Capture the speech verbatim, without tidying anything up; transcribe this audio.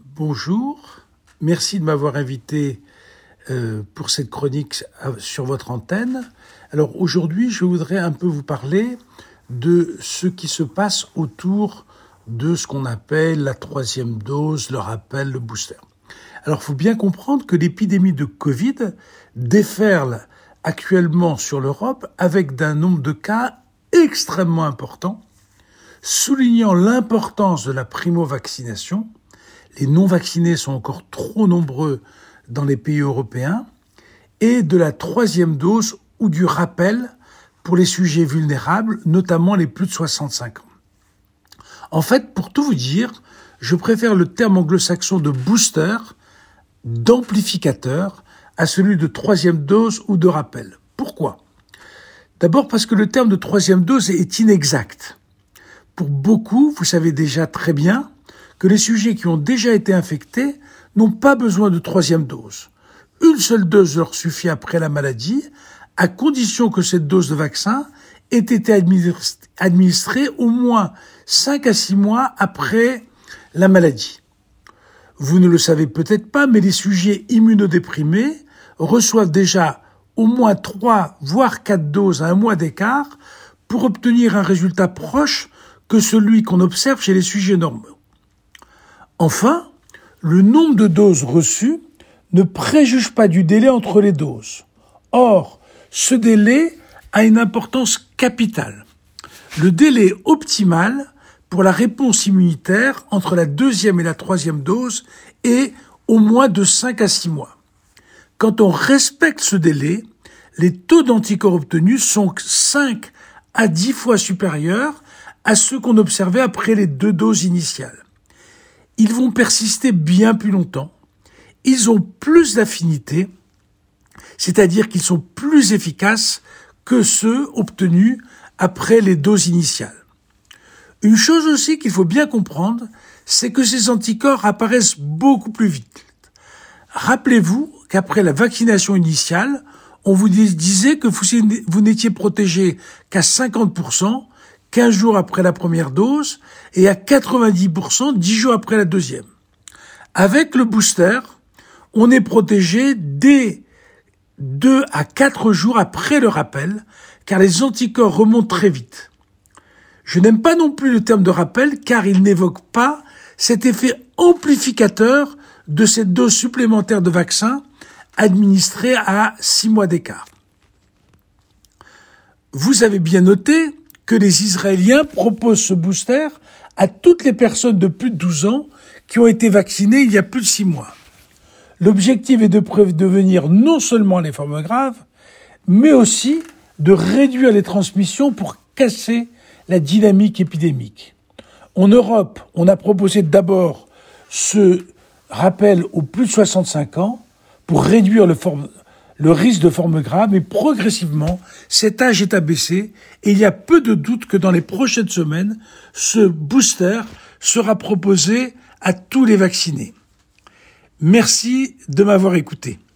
Bonjour, merci de m'avoir invité euh, pour cette chronique sur votre antenne. Alors aujourd'hui, je voudrais un peu vous parler de ce qui se passe autour de ce qu'on appelle la troisième dose, le rappel, le booster. Alors il faut bien comprendre que l'épidémie de Covid déferle actuellement sur l'Europe avec un nombre de cas extrêmement important, soulignant l'importance de la primo-vaccination. Les non-vaccinés sont encore trop nombreux dans les pays européens, et de la troisième dose ou du rappel pour les sujets vulnérables, notamment les plus de soixante-cinq ans. En fait, pour tout vous dire, je préfère le terme anglo-saxon de booster, d'amplificateur, à celui de troisième dose ou de rappel. Pourquoi ? D'abord parce que le terme de troisième dose est inexact. Pour beaucoup, vous savez déjà très bien que les sujets qui ont déjà été infectés n'ont pas besoin de troisième dose. Une seule dose leur suffit après la maladie, à condition que cette dose de vaccin ait été administrée au moins cinq à six mois après la maladie. Vous ne le savez peut-être pas, mais les sujets immunodéprimés reçoivent déjà au moins trois, voire quatre doses à un mois d'écart pour obtenir un résultat proche que celui qu'on observe chez les sujets normaux. Enfin, le nombre de doses reçues ne préjuge pas du délai entre les doses. Or, ce délai a une importance capitale. Le délai optimal pour la réponse immunitaire entre la deuxième et la troisième dose est au moins de cinq à six mois. Quand on respecte ce délai, les taux d'anticorps obtenus sont cinq à dix fois supérieurs à ceux qu'on observait après les deux doses initiales. Ils vont persister bien plus longtemps, ils ont plus d'affinité, c'est-à-dire qu'ils sont plus efficaces que ceux obtenus après les doses initiales. Une chose aussi qu'il faut bien comprendre, c'est que ces anticorps apparaissent beaucoup plus vite. Rappelez-vous qu'après la vaccination initiale, on vous disait que vous n'étiez protégé qu'à cinquante pour cent, quinze jours après la première dose, et à quatre-vingt-dix pour cent dix jours après la deuxième. Avec le booster, on est protégé dès deux à quatre jours après le rappel, car les anticorps remontent très vite. Je n'aime pas non plus le terme de rappel, car il n'évoque pas cet effet amplificateur de cette dose supplémentaire de vaccin administrée à six mois d'écart. Vous avez bien noté que les Israéliens proposent ce booster à toutes les personnes de plus de douze ans qui ont été vaccinées il y a plus de six mois. L'objectif est de prévenir non seulement les formes graves, mais aussi de réduire les transmissions pour casser la dynamique épidémique. En Europe, on a proposé d'abord ce rappel aux plus de soixante-cinq ans pour réduire le forme le risque de forme grave, mais progressivement, cet âge est abaissé et il y a peu de doute que dans les prochaines semaines, ce booster sera proposé à tous les vaccinés. Merci de m'avoir écouté.